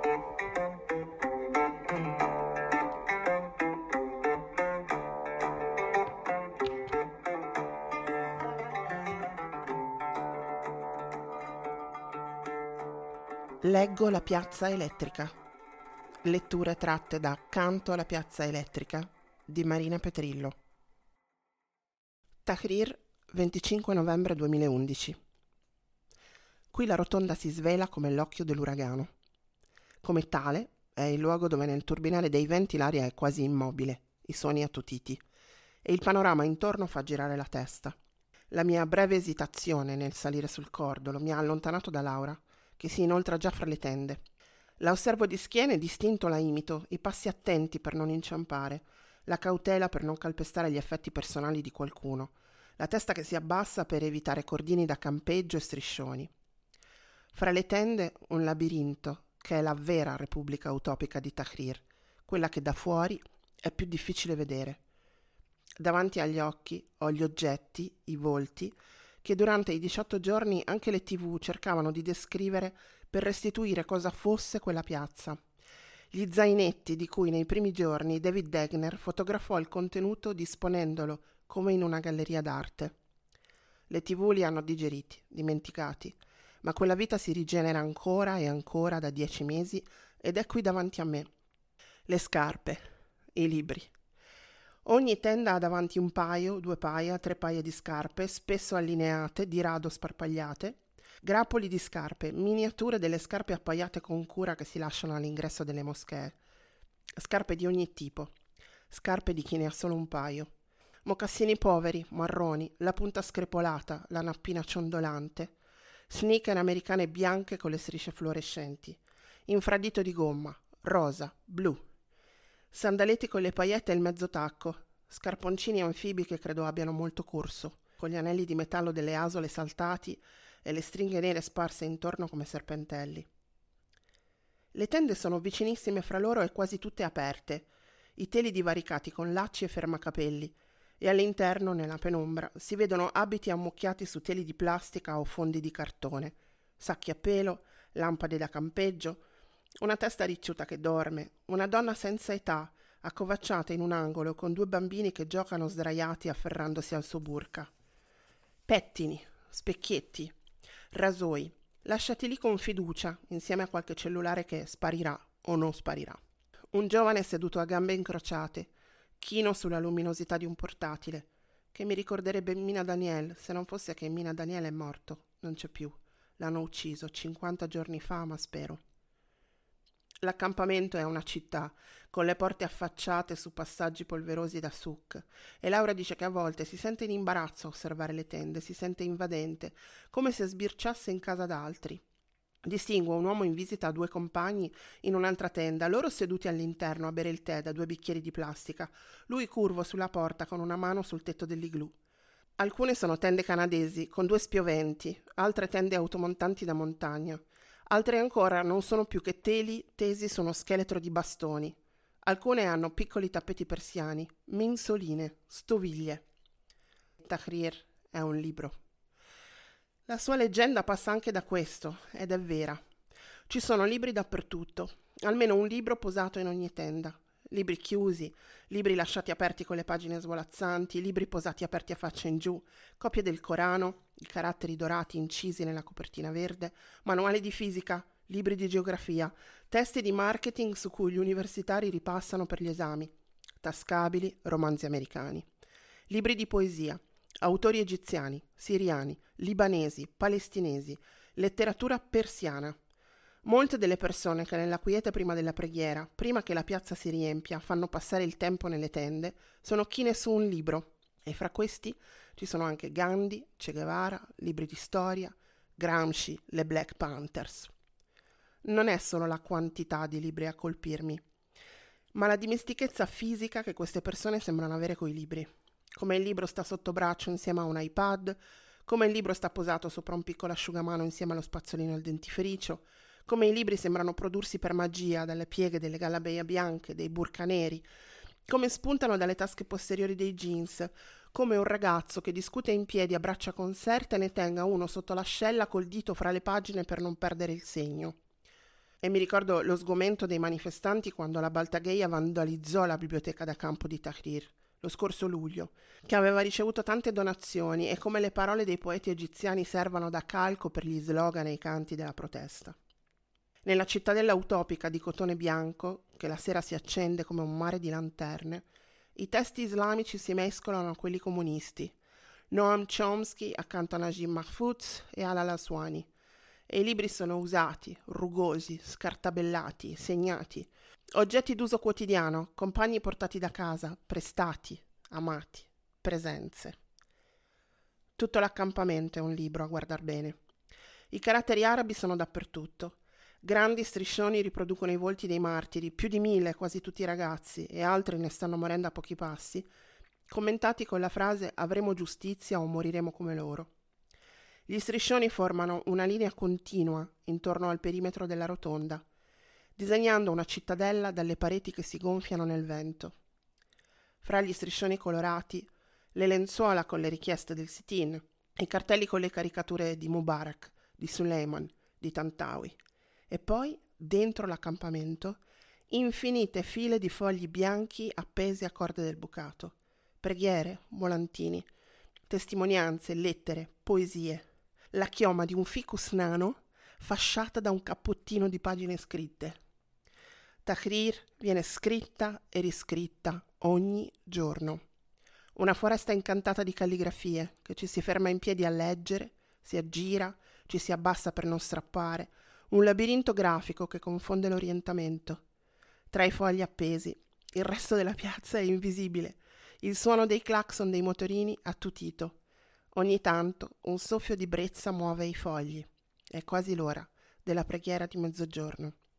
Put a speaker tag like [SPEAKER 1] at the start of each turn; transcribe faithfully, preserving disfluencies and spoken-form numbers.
[SPEAKER 1] Leggo La piazza elettrica. Letture tratte da Canto alla piazza elettrica di Marina Petrillo. Tahrir, venticinque novembre duemilaundici. Qui la rotonda si svela come l'occhio dell'uragano. Come tale, è il luogo dove nel turbinare dei venti l'aria è quasi immobile, i suoni attutiti, e il panorama intorno fa girare la testa. La mia breve esitazione nel salire sul cordolo mi ha allontanato da Laura, che si inoltra già fra le tende. La osservo di schiena e distinto la imito, i passi attenti per non inciampare, la cautela per non calpestare gli effetti personali di qualcuno, la testa che si abbassa per evitare cordini da campeggio e striscioni. Fra le tende un labirinto, che è la vera repubblica utopica di Tahrir, quella che da fuori è più difficile vedere. Davanti agli occhi ho gli oggetti, i volti, che durante i diciotto giorni anche le tivù cercavano di descrivere per restituire cosa fosse quella piazza. Gli zainetti di cui nei primi giorni David Degner fotografò il contenuto disponendolo come in una galleria d'arte. Le tivù li hanno digeriti, dimenticati, ma quella vita si rigenera ancora e ancora da dieci mesi ed è qui davanti a me. Le scarpe, i libri. Ogni tenda ha davanti un paio, due paia, tre paia di scarpe, spesso allineate, di rado sparpagliate, grappoli di scarpe, miniature delle scarpe appaiate con cura che si lasciano all'ingresso delle moschee, scarpe di ogni tipo, scarpe di chi ne ha solo un paio, mocassini poveri, marroni, la punta screpolata, la nappina ciondolante, sneaker americane bianche con le strisce fluorescenti, infradito di gomma, rosa, blu, sandaletti con le paillette e il mezzo tacco, scarponcini anfibi che credo abbiano molto corso, con gli anelli di metallo delle asole saltati e le stringhe nere sparse intorno come serpentelli. Le tende sono vicinissime fra loro e quasi tutte aperte, i teli divaricati con lacci e fermacapelli, e all'interno, nella penombra, si vedono abiti ammucchiati su teli di plastica o fondi di cartone, sacchi a pelo, lampade da campeggio, una testa ricciuta che dorme, una donna senza età, accovacciata in un angolo con due bambini che giocano sdraiati afferrandosi al suo burka. Pettini, specchietti, rasoi, lasciati lì con fiducia, insieme a qualche cellulare che sparirà o non sparirà. Un giovane seduto a gambe incrociate, chino sulla luminosità di un portatile, che mi ricorderebbe Mina Daniel, se non fosse che Mina Daniel è morto, non c'è più. L'hanno ucciso cinquanta giorni fa, ma spero. L'accampamento è una città, con le porte affacciate su passaggi polverosi da souk, e Laura dice che a volte si sente in imbarazzo a osservare le tende, si sente invadente, come se sbirciasse in casa d'altri. Distinguo un uomo in visita a due compagni in un'altra tenda, loro seduti all'interno a bere il tè da due bicchieri di plastica, lui curvo sulla porta con una mano sul tetto dell'igloo. Alcune sono tende canadesi, con due spioventi, altre tende automontanti da montagna. Altre ancora non sono più che teli tesi su uno scheletro di bastoni. Alcune hanno piccoli tappeti persiani, mensoline, stoviglie. Tahrir è un libro. La sua leggenda passa anche da questo, ed è vera. Ci sono libri dappertutto, almeno un libro posato in ogni tenda. Libri chiusi, libri lasciati aperti con le pagine svolazzanti, libri posati aperti a faccia in giù, copie del Corano, i caratteri dorati incisi nella copertina verde, manuali di fisica, libri di geografia, testi di marketing su cui gli universitari ripassano per gli esami, tascabili, romanzi americani, libri di poesia, autori egiziani, siriani, libanesi, palestinesi, letteratura persiana. Molte delle persone che nella quiete prima della preghiera, prima che la piazza si riempia, fanno passare il tempo nelle tende, sono chine su un libro, e fra questi ci sono anche Gandhi, Che Guevara, libri di storia, Gramsci, le Black Panthers. Non è solo la quantità di libri a colpirmi, ma la dimestichezza fisica che queste persone sembrano avere coi libri. Come il libro sta sotto braccio insieme a un iPad, come il libro sta posato sopra un piccolo asciugamano insieme allo spazzolino al dentifricio, come i libri sembrano prodursi per magia dalle pieghe delle galabeie bianche, dei burka neri, come spuntano dalle tasche posteriori dei jeans, come un ragazzo che discute in piedi a braccia conserte e ne tenga uno sotto l'ascella col dito fra le pagine per non perdere il segno. E mi ricordo lo sgomento dei manifestanti quando la Baltagheia vandalizzò la biblioteca da campo di Tahrir, lo scorso luglio, che aveva ricevuto tante donazioni e come le parole dei poeti egiziani servano da calco per gli slogan e i canti della protesta. Nella cittadella utopica di cotone bianco, che la sera si accende come un mare di lanterne, i testi islamici si mescolano a quelli comunisti. Noam Chomsky accanto a Najib Mahfouz e Alal Aswani. E i libri sono usati, rugosi, scartabellati, segnati, oggetti d'uso quotidiano, compagni portati da casa, prestati, amati, presenze. Tutto l'accampamento è un libro, a guardar bene. I caratteri arabi sono dappertutto. Grandi striscioni riproducono i volti dei martiri, più di mille, quasi tutti ragazzi, e altri ne stanno morendo a pochi passi, commentati con la frase «avremo giustizia o moriremo come loro». Gli striscioni formano una linea continua intorno al perimetro della rotonda, disegnando una cittadella dalle pareti che si gonfiano nel vento. Fra gli striscioni colorati, le lenzuola con le richieste del sit-in, i cartelli con le caricature di Mubarak, di Suleiman, di Tantawi. E poi, dentro l'accampamento, infinite file di fogli bianchi appesi a corde del bucato. Preghiere, volantini, testimonianze, lettere, poesie. La chioma di un ficus nano fasciata da un cappottino di pagine scritte. Tahrir viene scritta e riscritta ogni giorno. Una foresta incantata di calligrafie che ci si ferma in piedi a leggere, si aggira, ci si abbassa per non strappare, un labirinto grafico che confonde l'orientamento. Tra i fogli appesi, il resto della piazza è invisibile, il suono dei clacson dei motorini attutito. Ogni tanto un soffio di brezza muove i fogli. È quasi l'ora della preghiera di mezzogiorno.